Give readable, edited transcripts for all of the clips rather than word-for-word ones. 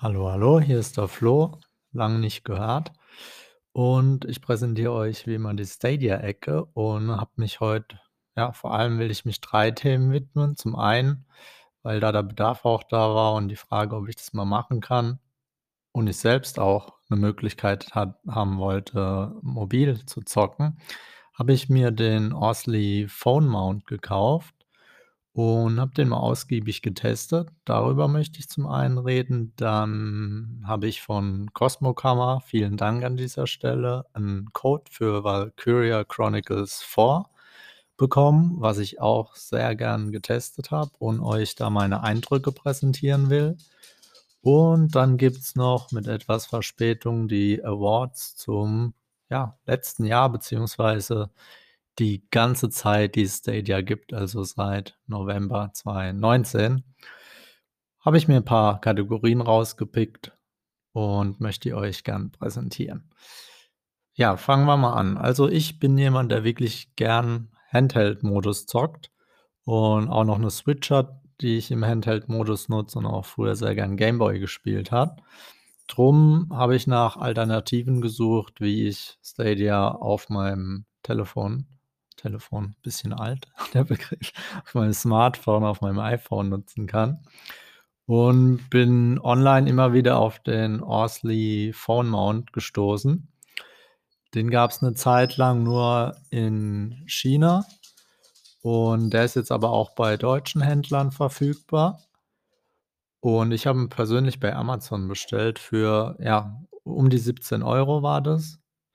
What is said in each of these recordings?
Hallo, hallo, hier ist der Flo, lang nicht gehört. Und ich präsentiere euch wie immer die Stadia-Ecke und habe mich heute vor allem will ich mich 3 Themen widmen. Zum einen, weil da der Bedarf auch da war und die Frage, ob ich das mal machen kann und ich selbst auch eine Möglichkeit haben wollte, mobil zu zocken, habe ich mir den Osli Phone Mount gekauft und habe den mal ausgiebig getestet. Darüber möchte ich zum einen reden. Dann habe ich von Cosmokammer, vielen Dank an dieser Stelle, 'n Code für Valkyria Chronicles 4 bekommen, was ich auch sehr gern getestet habe und euch da meine Eindrücke präsentieren will. Und dann gibt's noch mit etwas Verspätung die Awards zum, letzten Jahr beziehungsweise die ganze Zeit, die es Stadia gibt, also seit November 2019, habe ich mir 'n paar Kategorien rausgepickt und möchte die euch gern präsentieren. Ja, fangen wir mal an. Also, ich bin jemand, der wirklich gern Handheld-Modus zockt und auch noch 'ne Switch hat, die ich im Handheld-Modus nutze und auch früher sehr gern Gameboy gespielt hat. Drum habe ich nach Alternativen gesucht, wie ich Stadia auf meinem Telefon, bisschen alt, der Begriff, auf meinem Smartphone, auf meinem iPhone nutzen kann und bin online immer wieder auf den Osli Phone Mount gestoßen. Den gab's 'ne Zeit lang nur in China und der ist jetzt aber auch bei deutschen Händlern verfügbar. Und ich habe ihn persönlich bei Amazon bestellt für, um die 17 € war das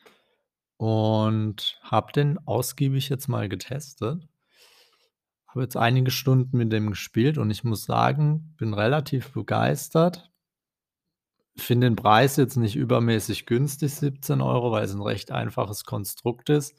und habe den ausgiebig jetzt mal getestet. Habe jetzt einige Stunden mit dem gespielt und ich muss sagen, bin relativ begeistert. Finde den Preis jetzt nicht übermäßig günstig, 17 €, weil es 'n recht einfaches Konstrukt ist.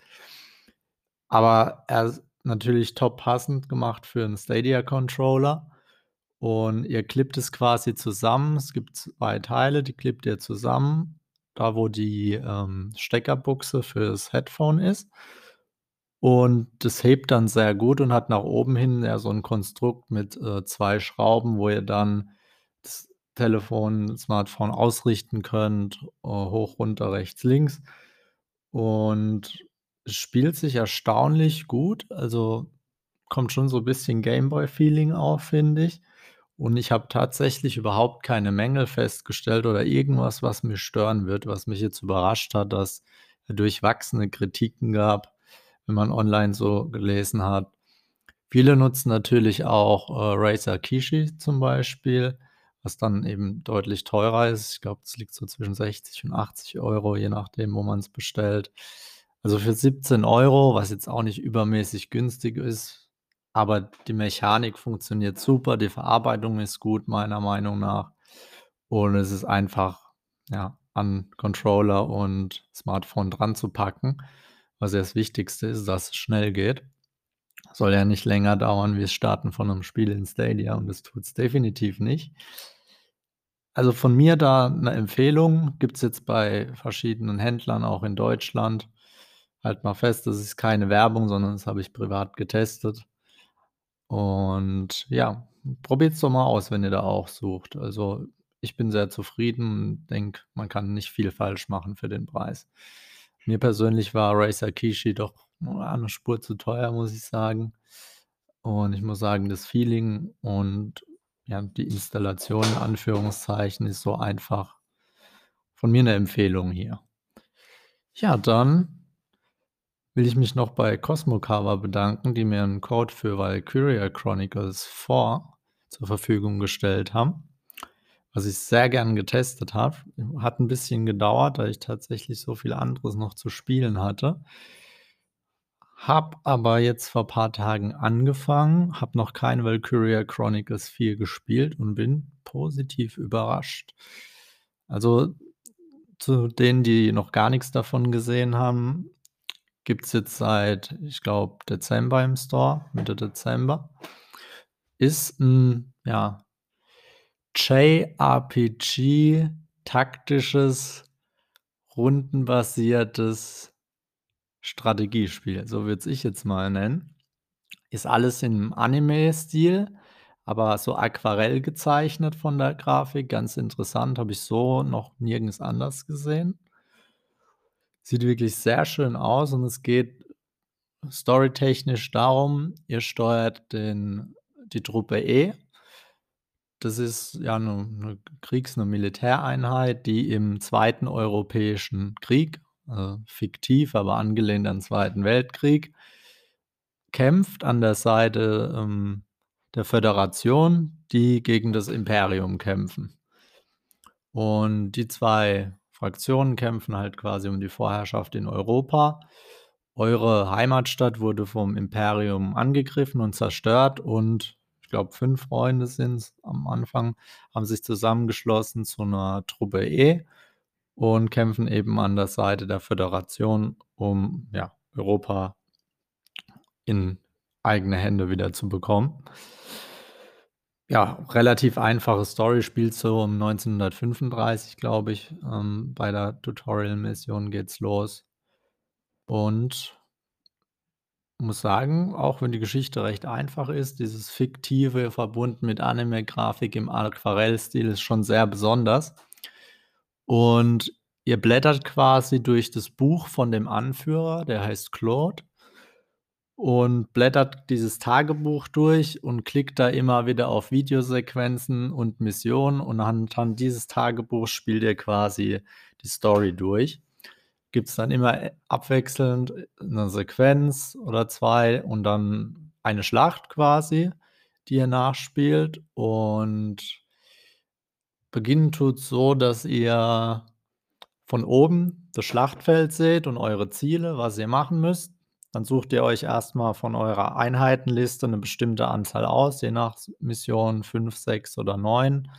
Aber er ist natürlich top passend gemacht für 'n Stadia-Controller und ihr klippt es quasi zusammen. Es gibt 2 Teile, die klippt ihr zusammen, da wo die, Steckerbuchse fürs Headphone ist. Und das hebt dann sehr gut und hat nach oben hin ja so 'n Konstrukt mit, 2 Schrauben, wo ihr dann das Smartphone ausrichten könnt, hoch, runter, rechts, links. Und es spielt sich erstaunlich gut. Also, kommt schon so bisschen Gameboy-Feeling auf, finde ich. Und ich habe tatsächlich überhaupt keine Mängel festgestellt oder irgendwas, was mich stören wird, was mich jetzt überrascht hat, dass durchwachsene Kritiken gab, wenn man online so gelesen hat. Viele nutzen natürlich auch, Razer Kishi zum Beispiel, was dann eben deutlich teurer ist. Ich glaube, das liegt so zwischen 60 und 80 €, je nachdem, wo man's bestellt. Also, für 17 €, was jetzt auch nicht übermäßig günstig ist, aber die Mechanik funktioniert super, die Verarbeitung ist gut meiner Meinung nach und es ist einfach, an Controller und Smartphone dranzupacken, was ja das Wichtigste ist, dass es schnell geht. Soll ja nicht länger dauern wie das Starten von 'nem Spiel in Stadia und das tut's definitiv nicht. Also, von mir da 'ne Empfehlung, gibt's jetzt bei verschiedenen Händlern, auch in Deutschland. Halt mal fest, das ist keine Werbung, sondern das habe ich privat getestet. Und ja, probiert's doch mal aus, wenn ihr da auch sucht. Also, ich bin sehr zufrieden und denke, man kann nicht viel falsch machen für den Preis. Mir persönlich war Razer Kishi doch, 'ne Spur zu teuer, muss ich sagen. Und ich muss sagen, das Feeling und, die Installation in Anführungszeichen ist so einfach. Von mir 'ne Empfehlung hier. Ja, dann will ich mich noch bei Cosmocover bedanken, die mir 'n Code für Valkyria Chronicles 4 zur Verfügung gestellt haben, was ich sehr gern getestet habe. Hat 'n bisschen gedauert, da ich tatsächlich so viel anderes noch zu spielen hatte. Habe aber jetzt vor paar Tagen angefangen, habe noch kein Valkyria Chronicles 4 gespielt und bin positiv überrascht. Also, zu denen, die noch gar nix davon gesehen haben, gibt's jetzt seit, ich glaube, Dezember im Store, Mitte Dezember. Ist 'n, JRPG, taktisches, rundenbasiertes Strategiespiel, so würde es ich jetzt mal nennen. Ist alles im Anime-Stil, aber so Aquarell gezeichnet von der Grafik, ganz interessant, habe ich so noch nirgends anders gesehen. Sieht wirklich sehr schön aus und es geht storytechnisch darum, ihr steuert die Truppe E. Das ist ja 'ne 'ne Militäreinheit, die im Zweiten Europäischen Krieg, fiktiv, aber angelehnt an 2. Weltkrieg, kämpft an der Seite, der Föderation, die gegen das Imperium kämpfen. Und die 2 Fraktionen kämpfen halt quasi um die Vorherrschaft in Europa. Eure Heimatstadt wurde vom Imperium angegriffen und zerstört und ich glaube, 5 Freunde sind's am Anfang, haben sich zusammengeschlossen zu 'ner Truppe E und kämpfen eben an der Seite der Föderation, um, ja, Europa in eigene Hände wieder zu bekommen. Ja, relativ einfache Story, spielt so um 1935, glaube ich. Bei der Tutorial-Mission geht's los. Und muss sagen, auch wenn die Geschichte recht einfach ist, dieses Fiktive verbunden mit Anime-Grafik im Aquarellstil ist schon sehr besonders. Und ihr blättert quasi durch das Buch von dem Anführer, der heißt Claude, und blättert dieses Tagebuch durch und klickt da immer wieder auf Videosequenzen und Missionen und anhand dieses Tagebuchs spielt ihr quasi die Story durch. Gibt's dann immer, abwechselnd 'ne Sequenz oder 2 und dann eine Schlacht quasi, die ihr nachspielt. Und beginnen tut's so, dass ihr von oben das Schlachtfeld seht und eure Ziele, was ihr machen müsst. Dann sucht ihr euch erst mal von eurer Einheitenliste 'ne bestimmte Anzahl aus, je nach Mission 5, 6 oder 9.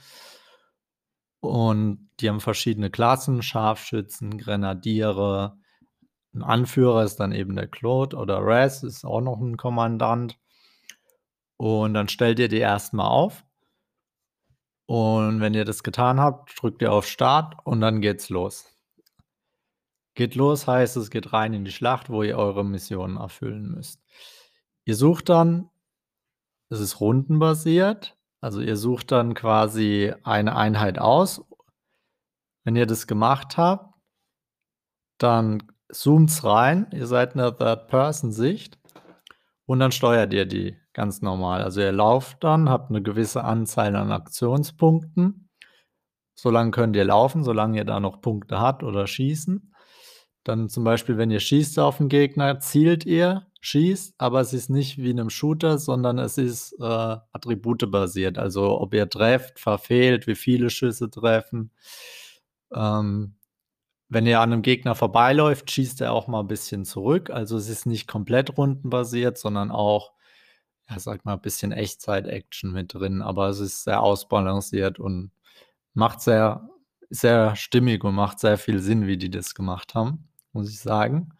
Und die haben verschiedene Klassen, Scharfschützen, Grenadiere. 'N Anführer ist dann eben der Claude oder Raz ist auch noch 'n Kommandant. Und dann stellt ihr die erst mal auf. Und wenn ihr das getan habt, drückt ihr auf Start und dann geht's los. Geht los heißt, es geht rein in die Schlacht, wo ihr eure Missionen erfüllen müsst. Ihr sucht dann es ist rundenbasiert, also ihr sucht dann quasi eine Einheit aus. Wenn ihr das gemacht habt, dann zoomt's rein. Ihr seid in der Third-Person-Sicht und dann steuert ihr die ganz normal. Also, ihr lauft dann, habt 'ne gewisse Anzahl an Aktionspunkten. So lang könnt ihr laufen, solange ihr da noch Punkte habt oder schießen. Dann zum Beispiel, wenn ihr schießt auf 'n Gegner, zielt ihr, schießt, aber es ist nicht wie in 'nem Shooter, sondern es ist, attributebasiert. Also, ob ihr trefft, verfehlt, wie viele Schüsse treffen. Ähm, Wenn ihr an 'nem Gegner vorbeiläuft, schießt er auch mal bisschen zurück. Also, es ist nicht komplett rundenbasiert, sondern auch, ja, sage mal, bisschen Echtzeit-Action mit drin, aber es ist sehr ausbalanciert und macht sehr stimmig und macht sehr viel Sinn, wie die das gemacht haben, muss ich sagen.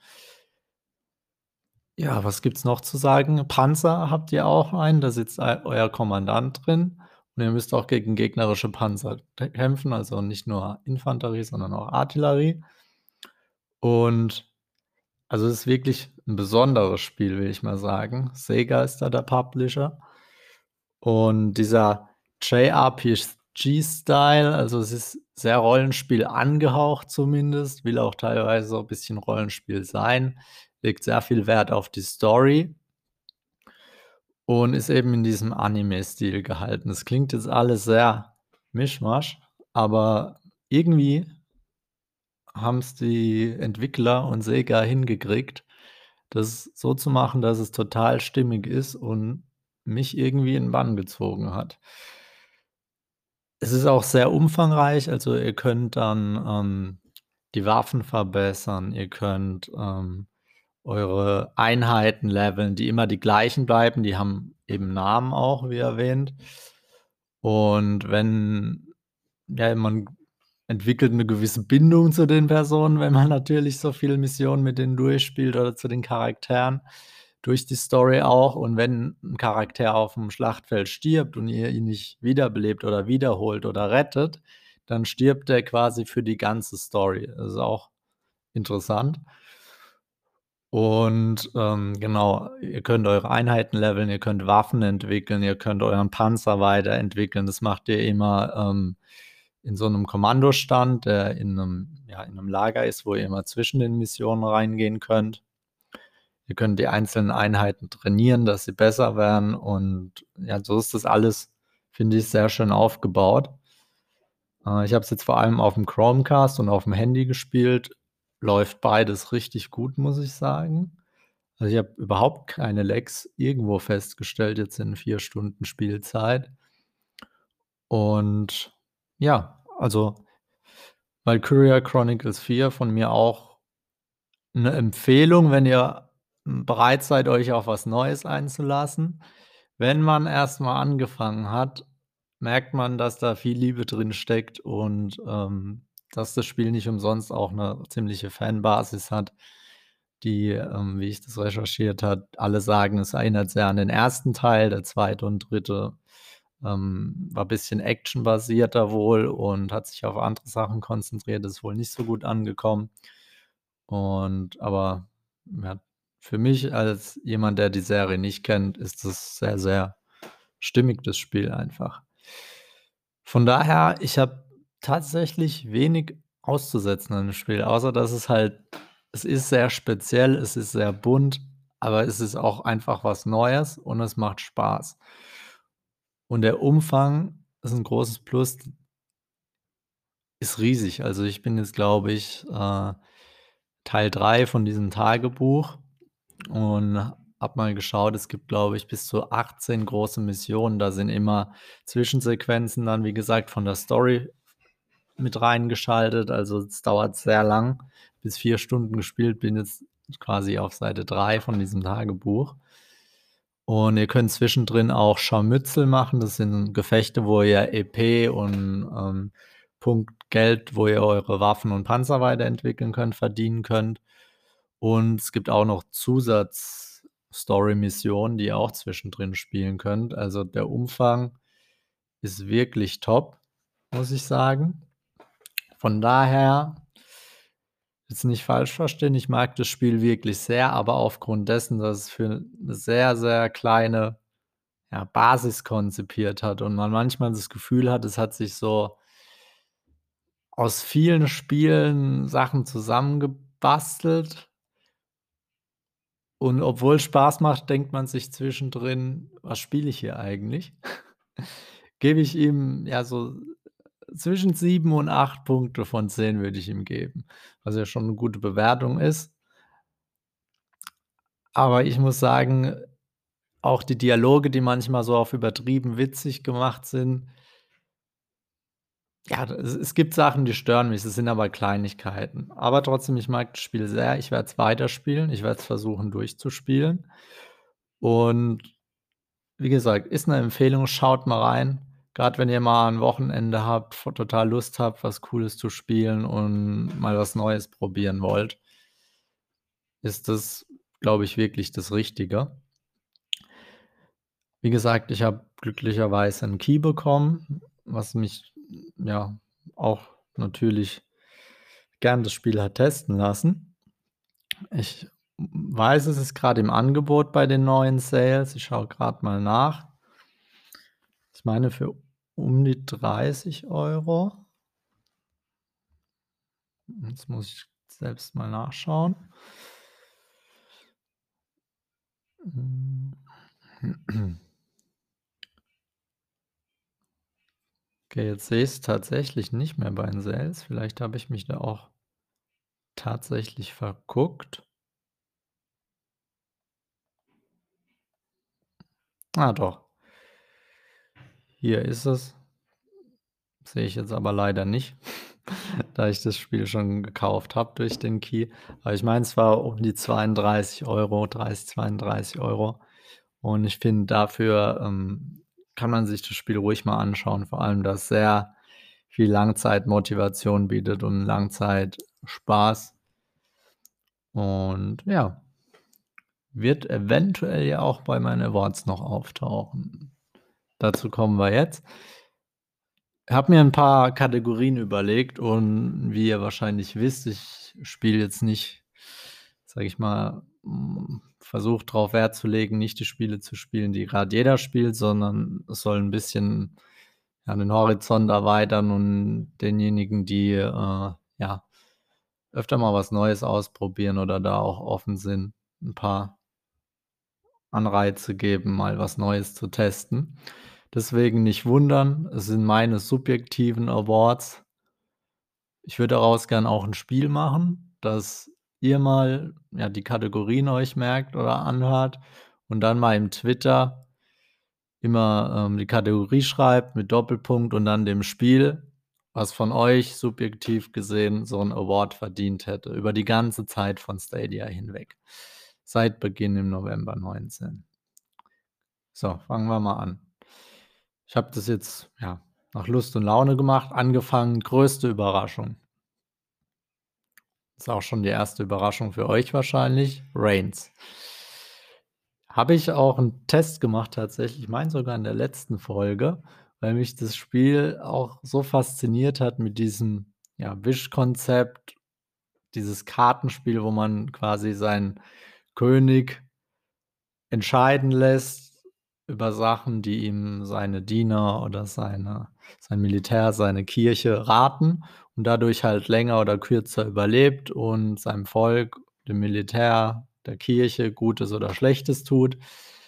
Ja, was gibt's noch zu sagen? Panzer habt ihr auch einen, da sitzt euer Kommandant drin und ihr müsst auch gegen gegnerische Panzer kämpfen, also nicht nur Infanterie, sondern auch Artillerie. Und also, es ist wirklich 'n besonderes Spiel, will ich mal sagen. Sega ist da der Publisher. Und dieser JRPG-Style, also, es ist sehr Rollenspiel angehaucht zumindest, will auch teilweise so 'n bisschen Rollenspiel sein, legt sehr viel Wert auf die Story und ist eben in diesem Anime-Stil gehalten. Das klingt jetzt alles sehr Mischmasch, aber irgendwie haben's die Entwickler und Sega hingekriegt, das so zu machen, dass es total stimmig ist und mich irgendwie in 'n Bann gezogen hat. Es ist auch sehr umfangreich, also ihr könnt dann, die Waffen verbessern, ihr könnt, eure Einheiten leveln, die immer die gleichen bleiben, die haben eben Namen auch, wie erwähnt. Und wenn ja, man entwickelt 'ne gewisse Bindung zu den Personen, wenn man natürlich so viele Missionen mit denen durchspielt oder zu den Charakteren, durch die Story auch. Und wenn 'n Charakter auf'm Schlachtfeld stirbt und ihr ihn nicht wiederbelebt oder wiederholt oder rettet, dann stirbt er quasi für die ganze Story. Das ist auch interessant. Und, genau, ihr könnt eure Einheiten leveln, ihr könnt Waffen entwickeln, ihr könnt euren Panzer weiterentwickeln. Das macht ihr immer, in so 'nem Kommandostand, der in 'nem Lager ist, wo ihr immer zwischen den Missionen reingehen könnt. Ihr könnt die einzelnen Einheiten trainieren, dass sie besser werden und ja, so ist das alles, finde ich, sehr schön aufgebaut. Ich habe es jetzt vor allem auf'm Chromecast und auf'm Handy gespielt. Läuft beides richtig gut, muss ich sagen. Also, ich habe überhaupt keine Lags irgendwo festgestellt jetzt in 4 Stunden Spielzeit. Und ja, also, Valkyria Chronicles 4 von mir auch 'ne Empfehlung, wenn ihr, bereit seid, euch auf was Neues einzulassen. Wenn man erst mal angefangen hat, merkt man, dass da viel Liebe drin steckt und, dass das Spiel nicht umsonst auch 'ne ziemliche Fanbasis hat, die, wie ich das recherchiert habe, alle sagen, es erinnert sehr an den ersten Teil. Der zweite und dritte war bisschen actionbasierter wohl und hat sich auf andere Sachen konzentriert, ist wohl nicht so gut angekommen. Und aber ja, für mich als jemand, der die Serie nicht kennt, ist das sehr, sehr stimmig, das Spiel einfach. Von daher, ich habe tatsächlich wenig auszusetzen an dem Spiel, außer dass es ist sehr speziell, es ist sehr bunt, aber es ist auch einfach was Neues und es macht Spaß. Und der Umfang ist 'n großes Plus, ist riesig. Also, ich bin jetzt, glaube ich, Teil 3 von diesem Tagebuch und habe mal geschaut, es gibt, glaube ich, bis zu 18 große Missionen. Da sind immer Zwischensequenzen dann, wie gesagt, von der Story mit reingeschaltet. Also, es dauert sehr lang, bis 4 Stunden gespielt, bin jetzt quasi auf Seite 3 von diesem Tagebuch. Und ihr könnt zwischendrin auch Scharmützel machen. Das sind Gefechte, wo ihr EP und, Punkt Geld, wo ihr eure Waffen und Panzer weiterentwickeln könnt, verdienen könnt. Und es gibt auch noch Zusatz-Story-Missionen, die ihr auch zwischendrin spielen könnt. Also, der Umfang ist wirklich top, muss ich sagen. Von daher, jetzt nicht falsch verstehen, ich mag das Spiel wirklich sehr, aber aufgrund dessen, dass es für 'ne sehr, sehr kleine, ja, Basis konzipiert hat und man manchmal das Gefühl hat, es hat sich so aus vielen Spielen Sachen zusammengebastelt und obwohl's Spaß macht, denkt man sich zwischendrin: „Was spiele ich hier eigentlich?“ Gebe ich ihm, ja, so zwischen 7 und 8 Punkte von 10 würde ich ihm geben, was ja schon 'ne gute Bewertung ist. Aber ich muss sagen, auch die Dialoge, die manchmal so auf übertrieben witzig gemacht sind, ja, es gibt Sachen, die stören mich, das sind aber Kleinigkeiten. Aber trotzdem, ich mag das Spiel sehr. Ich werde es weiterspielen. Ich werde es versuchen durchzuspielen. Und wie gesagt, ist 'ne Empfehlung, schaut mal rein. Grad wenn ihr mal 'n Wochenende habt, total Lust habt, was Cooles zu spielen und mal was Neues probieren wollt, ist das, glaube ich, wirklich das Richtige. Wie gesagt, ich habe glücklicherweise 'n Key bekommen, was mich, ja, auch natürlich gern das Spiel hat testen lassen. Ich weiß, es ist grad im Angebot bei den neuen Sales. Ich schaue grad mal nach. Ich meine für um die 30 €. Jetzt muss ich selbst mal nachschauen. Hm. Okay, jetzt sehe ich's tatsächlich nicht mehr bei den Sales. Vielleicht habe ich mich da auch tatsächlich verguckt. Ah, doch. Hier ist es. Sehe ich jetzt aber leider nicht, da ich das Spiel schon gekauft habe durch den Key. Aber ich meine, es war um die 32 €, 30, 32 €. Und ich finde, dafür, kann man sich das Spiel ruhig mal anschauen, vor allem, dass sehr viel Langzeitmotivation bietet und Langzeitspaß. Und ja, wird eventuell ja auch bei meinen Awards noch auftauchen. Dazu kommen wir jetzt. Habe mir 'n paar Kategorien überlegt und wie ihr wahrscheinlich wisst, ich spiele jetzt nicht, sage ich mal, versuche drauf Wert zu legen, nicht die Spiele zu spielen, die grad jeder spielt, sondern es soll 'n bisschen, ja, den Horizont erweitern und denjenigen, die, ja, öfter mal was Neues ausprobieren oder da auch offen sind, 'n paar Anreize geben, mal was Neues zu testen. Deswegen nicht wundern, es sind meine subjektiven Awards. Ich würde daraus gern auch 'n Spiel machen, dass ihr mal, ja, die Kategorien euch merkt oder anhört und dann mal im Twitter immer, die Kategorie schreibt mit Doppelpunkt und dann dem Spiel, was von euch subjektiv gesehen so 'n Award verdient hätte, über die ganze Zeit von Stadia hinweg, seit Beginn im November 19. So, fangen wir mal an. Ich habe das jetzt, ja, nach Lust und Laune gemacht, angefangen, größte Überraschung. Ist auch schon die erste Überraschung für euch wahrscheinlich, Reigns. Habe ich auch 'n Test gemacht tatsächlich, ich meine sogar in der letzten Folge, weil mich das Spiel auch so fasziniert hat mit diesem, ja, Wish-Konzept, dieses Kartenspiel, wo man quasi seinen König entscheiden lässt über Sachen, die ihm seine Diener oder sein Militär, seine Kirche raten und dadurch halt länger oder kürzer überlebt und seinem Volk, dem Militär, der Kirche Gutes oder Schlechtes tut.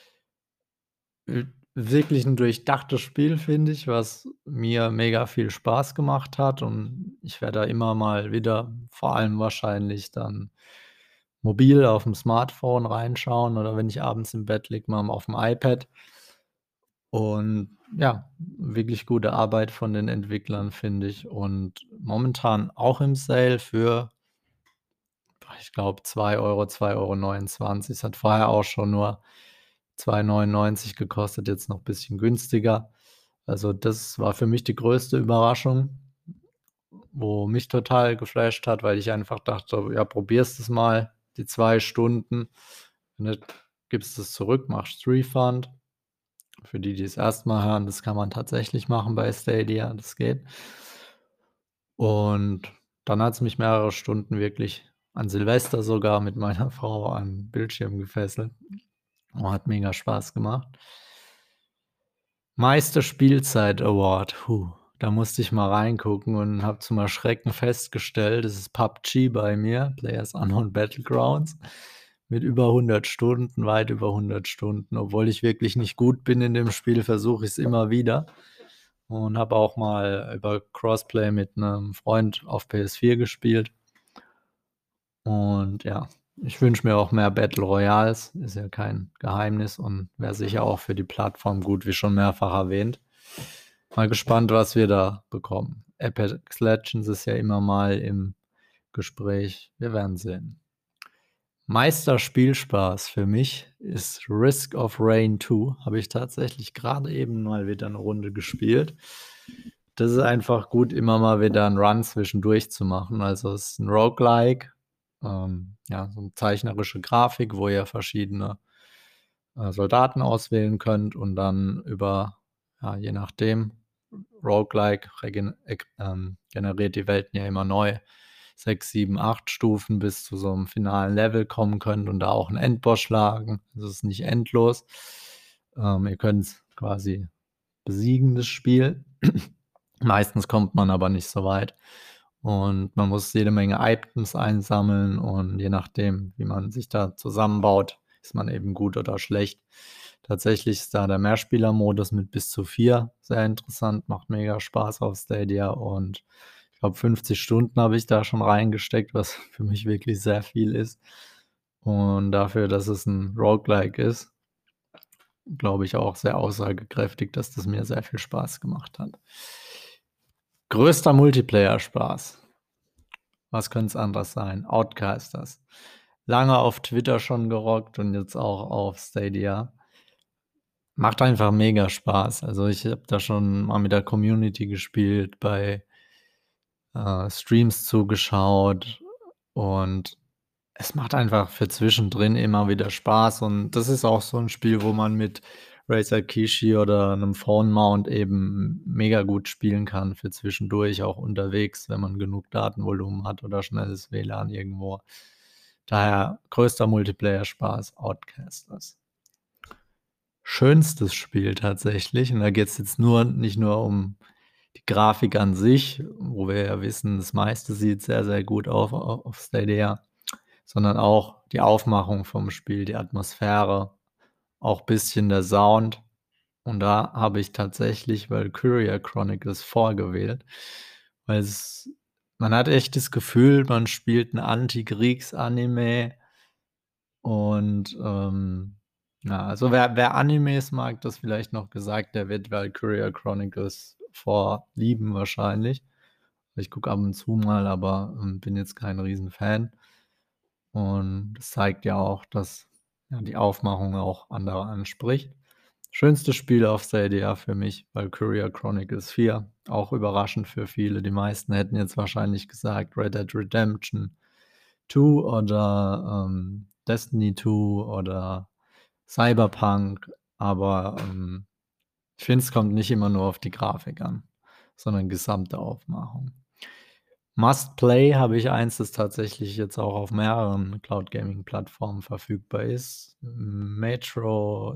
Wirklich 'n durchdachtes Spiel, finde ich, was mir mega viel Spaß gemacht hat und ich werde da immer mal wieder, vor allem wahrscheinlich dann mobil aufm Smartphone reinschauen oder wenn ich abends im Bett liege, mal aufm iPad. Und ja, wirklich gute Arbeit von den Entwicklern, finde ich und momentan auch im Sale für, ich glaube, 2 €, 2,29 €. Es hat vorher auch schon nur 2,99 € gekostet, jetzt noch bisschen günstiger. Also, das war für mich die größte Überraschung, wo mich total geflasht hat, weil ich einfach dachte: „Ja, probierst es mal, die 2 Stunden. Wenn nicht, gibst es zurück, machst Refund.“ Für die, die es erst mal hören, das kann man tatsächlich machen bei Stadia, das geht. Und dann hat's mich mehrere Stunden wirklich an Silvester sogar mit meiner Frau an 'n Bildschirm gefesselt und hat mega Spaß gemacht. Meiste Spielzeit Award, da musste ich mal reingucken und habe zum Erschrecken festgestellt, es ist PUBG bei mir, PlayerUnknown's Battlegrounds, mit über 100 Stunden, weit über 100 Stunden. Obwohl ich wirklich nicht gut bin in dem Spiel, versuche ich's immer wieder und habe auch mal über Crossplay mit 'nem Freund auf PS4 gespielt. Und ja, ich wünsche mir auch mehr Battle Royals, ist ja kein Geheimnis und wäre sicher auch für die Plattform gut, wie schon mehrfach erwähnt. Mal gespannt, was wir da bekommen. Apex Legends ist ja immer mal im Gespräch. Wir werden sehen. Meiste Spielspaß für mich ist Risk of Rain 2. Habe ich tatsächlich grade eben mal wieder 'ne Runde gespielt. Das ist einfach gut, immer mal wieder 'n Run zwischendurch zu machen. Also, es ist 'n Roguelike, ja, so 'ne zeichnerische Grafik, wo ihr verschiedene, Soldaten auswählen könnt und dann über, ja, je nachdem, Roguelike generiert die Welten ja immer neu, 6, 7, 8 Stufen bis zu so 'nem finalen Level kommen könnt und da auch 'n Endboss schlagen. Das ist nicht endlos. Ihr könnt's quasi besiegen, das Spiel. Meistens kommt man aber nicht so weit und man muss jede Menge Items einsammeln und je nachdem, wie man sich da zusammenbaut, ist man eben gut oder schlecht. Tatsächlich ist da der Mehrspielermodus mit bis zu 4 sehr interessant, macht mega Spaß auf Stadia und ich glaube, 50 Stunden habe ich da schon reingesteckt, was für mich wirklich sehr viel ist. Und dafür, dass es 'n Roguelike ist, glaube ich auch sehr aussagekräftig, dass das mir sehr viel Spaß gemacht hat. Größter Multiplayer-Spaß. Was könnte es anders sein? Outcasters. Lange auf Twitter schon gerockt und jetzt auch auf Stadia. Macht einfach mega Spaß. Also, ich habe da schon mal mit der Community gespielt, bei, Streams zugeschaut und es macht einfach für zwischendrin immer wieder Spaß und das ist auch so 'n Spiel, wo man mit Razer Kishi oder 'nem Phone Mount eben mega gut spielen kann für zwischendurch, auch unterwegs, wenn man genug Datenvolumen hat oder schnelles WLAN irgendwo. Daher größter Multiplayer-Spaß Outcasters. Schönstes Spiel tatsächlich, und da geht's jetzt nicht nur um die Grafik an sich, wo wir ja wissen, das meiste sieht sehr, sehr gut auf Stadia, sondern auch die Aufmachung vom Spiel, die Atmosphäre, auch bisschen der Sound. Und da habe ich tatsächlich Valkyria Chronicles vorgewählt, weil man hat echt das Gefühl, man spielt 'n Antikriegs-Anime und, ja, also wer Animes mag, das vielleicht noch gesagt, der wird Valkyria Chronicles vorlieben wahrscheinlich. Ich gucke ab und zu mal, aber, bin jetzt kein Riesenfan. Und das zeigt ja auch, dass, ja, die Aufmachung auch andere anspricht. Schönstes Spiel auf Stadia für mich, Valkyria Chronicles 4, auch überraschend für viele. Die meisten hätten jetzt wahrscheinlich gesagt Red Dead Redemption 2 oder, Destiny 2 oder Cyberpunk, aber, ich finde, es kommt nicht immer nur auf die Grafik an, sondern gesamte Aufmachung. Must Play habe ich eins, das tatsächlich jetzt auch auf mehreren Cloud-Gaming-Plattformen verfügbar ist. Metro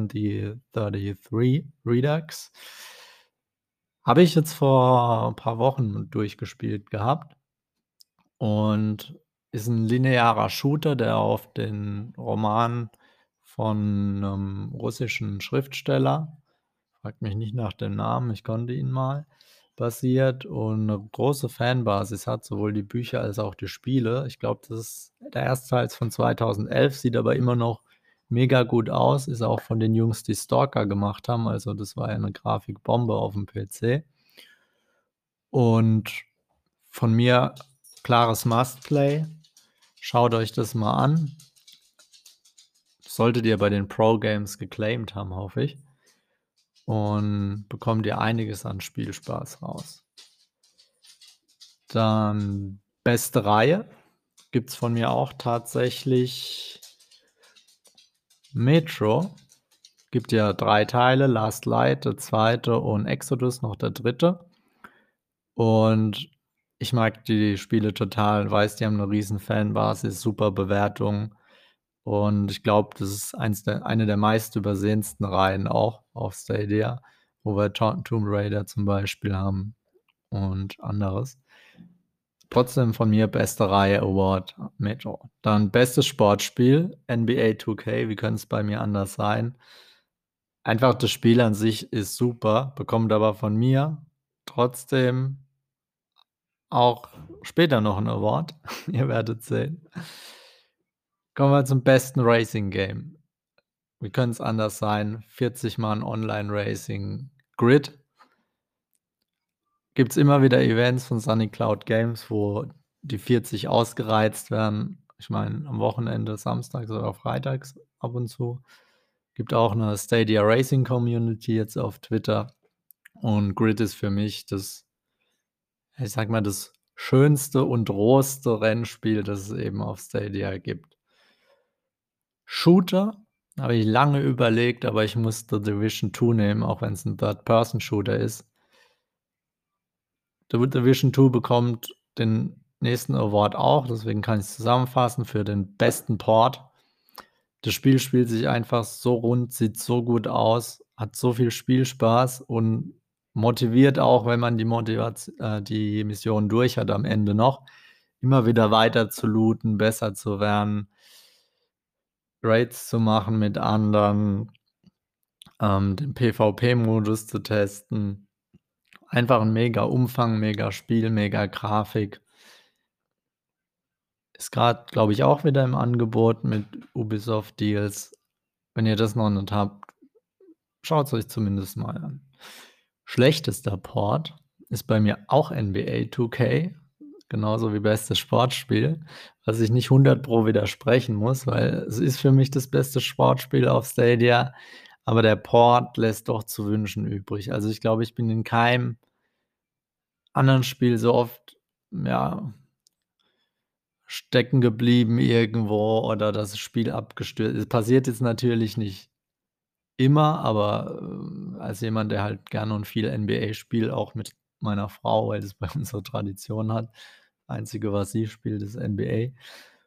2033 Redux. Habe ich jetzt vor 'n paar Wochen durchgespielt gehabt und ist 'n linearer Shooter, der auf den Roman von 'nem russischen Schriftsteller, fragt mich nicht nach dem Namen, ich konnte ihn mal, basiert und 'ne große Fanbasis hat, sowohl die Bücher als auch die Spiele. Ich glaube, das ist der erste Teil ist von 2011, sieht aber immer noch mega gut aus, ist auch von den Jungs, die Stalker gemacht haben, also das war ja 'ne Grafikbombe aufm PC. Und von mir klares Must-Play. Schaut euch das mal an. Solltet ihr bei den Pro-Games geclaimt haben, hoffe ich. Und bekommt ihr einiges an Spielspaß raus. Dann beste Reihe gibt's von mir auch tatsächlich Metro. Gibt ja 3 Teile, Last Light, der zweite und Exodus, noch der dritte. Und ich mag die Spiele total, weiß, die haben 'ne riesen Fanbasis, super Bewertungen. Und ich glaube, das ist eine der meistübersehensten Reihen auch auf Stadia, wo wir Tomb Raider zum Beispiel haben und anderes. Trotzdem von mir beste Reihe Award Metro. Dann bestes Sportspiel NBA 2K, wie könnte es bei mir anders sein? Einfach das Spiel an sich ist super, bekommt aber von mir trotzdem auch später noch 'n Award. Ihr werdet sehen. Kommen wir zum besten Racing Game. Wie könnte es anders sein? 40 Mann Online-Racing Grid. Gibt's immer wieder Events von Sunny Cloud Games, wo die 40 ausgereizt werden. Ich meine, am Wochenende, samstags oder freitags ab und zu. Gibt auch 'ne Stadia Racing Community jetzt auf Twitter. Und Grid ist für mich das, ich sage mal, das schönste und rohste Rennspiel, das es eben auf Stadia gibt. Shooter habe ich lange überlegt, aber ich musste Division 2 nehmen, auch wenn's 'n Third-Person-Shooter ist. The Division 2 bekommt den nächsten Award auch, deswegen kann ich's zusammenfassen, für den besten Port. Das Spiel spielt sich einfach so rund, sieht so gut aus, hat so viel Spielspaß und motiviert auch, wenn man die Mission durch hat am Ende noch, immer wieder weiter zu looten, besser zu werden, Raids zu machen mit anderen, den PvP-Modus zu testen. Einfach 'n mega Umfang, mega Spiel, mega Grafik. Ist grad, glaube ich, auch wieder im Angebot mit Ubisoft Deals. Wenn ihr das noch nicht habt, schaut's euch zumindest mal an. Schlechtester Port ist bei mir auch NBA 2K, genauso wie bestes Sportspiel, was ich nicht 100 widersprechen muss, weil es ist für mich das beste Sportspiel auf Stadia, aber der Port lässt doch zu wünschen übrig. Also, ich glaube, ich bin in keinem anderen Spiel so oft, ja, stecken geblieben irgendwo oder das Spiel abgestürzt ist. Passiert jetzt natürlich nicht immer, aber, als jemand, der halt gerne und viel NBA spielt, auch mit meiner Frau, weil das bei uns so Tradition hat. Einzige, was sie spielt, ist NBA.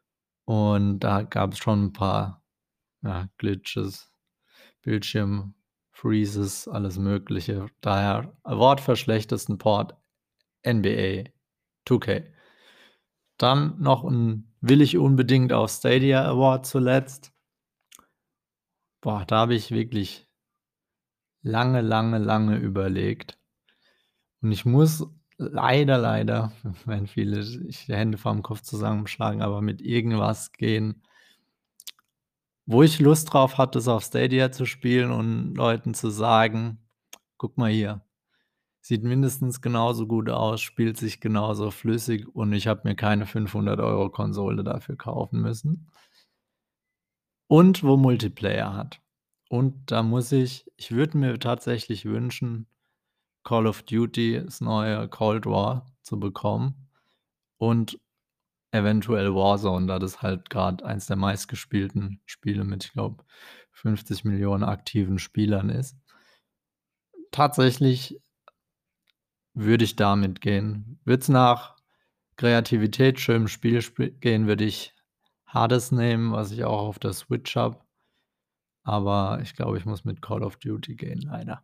und da gab's schon 'n paar, ja, Glitches, Bildschirm-Freezes, alles Mögliche. Daher Award für schlechtesten Port NBA 2K. Dann noch 'n Will ich unbedingt auf Stadia Award zuletzt. Boah, da habe ich wirklich lange, lange, lange überlegt. Und ich muss leider, werden viele sich die Hände vorm Kopf zusammenschlagen, aber mit irgendwas gehen, wo ich Lust drauf hatte, es auf Stadia zu spielen und Leuten zu sagen: „Guck mal hier, sieht mindestens genauso gut aus, spielt sich genauso flüssig und ich habe mir keine 500 € Konsole dafür kaufen müssen." Und wo Multiplayer hat. Und da muss ich würde mir tatsächlich wünschen, Call of Duty, das neue Cold War zu bekommen und eventuell Warzone, da das halt grad eins der meistgespielten Spiele mit, ich glaube, 50 Millionen aktiven Spielern ist. Tatsächlich würde ich damit gehen. Würde es nach Kreativität, schönem Spiel gehen, würde ich Hades nehmen, was ich auch auf der Switch habe, aber ich glaube, ich muss mit Call of Duty gehen, leider.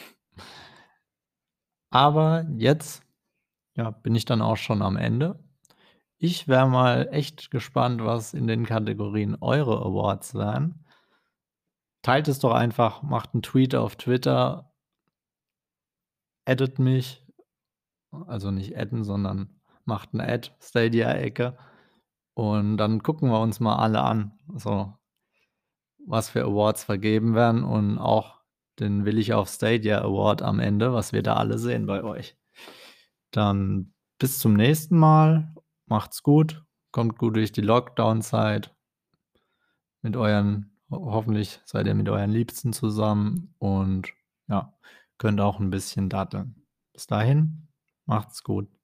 Aber jetzt, ja, bin ich dann auch schon am Ende. Ich wäre mal echt gespannt, was in den Kategorien eure Awards wären. Teilt es doch einfach, macht 'n Tweet auf Twitter, addet mich, also nicht adden, sondern macht 'n Add, Stadia-Ecke und dann gucken wir uns mal alle an, so was für Awards vergeben werden und auch den „Will ich auf Stadia" Award am Ende, was wir da alle sehen bei euch. Dann bis zum nächsten Mal. Macht's gut, kommt gut durch die Lockdown-Zeit mit euren hoffentlich seid ihr mit euren Liebsten zusammen und ja, könnt auch 'n bisschen daddeln. Bis dahin, macht's gut.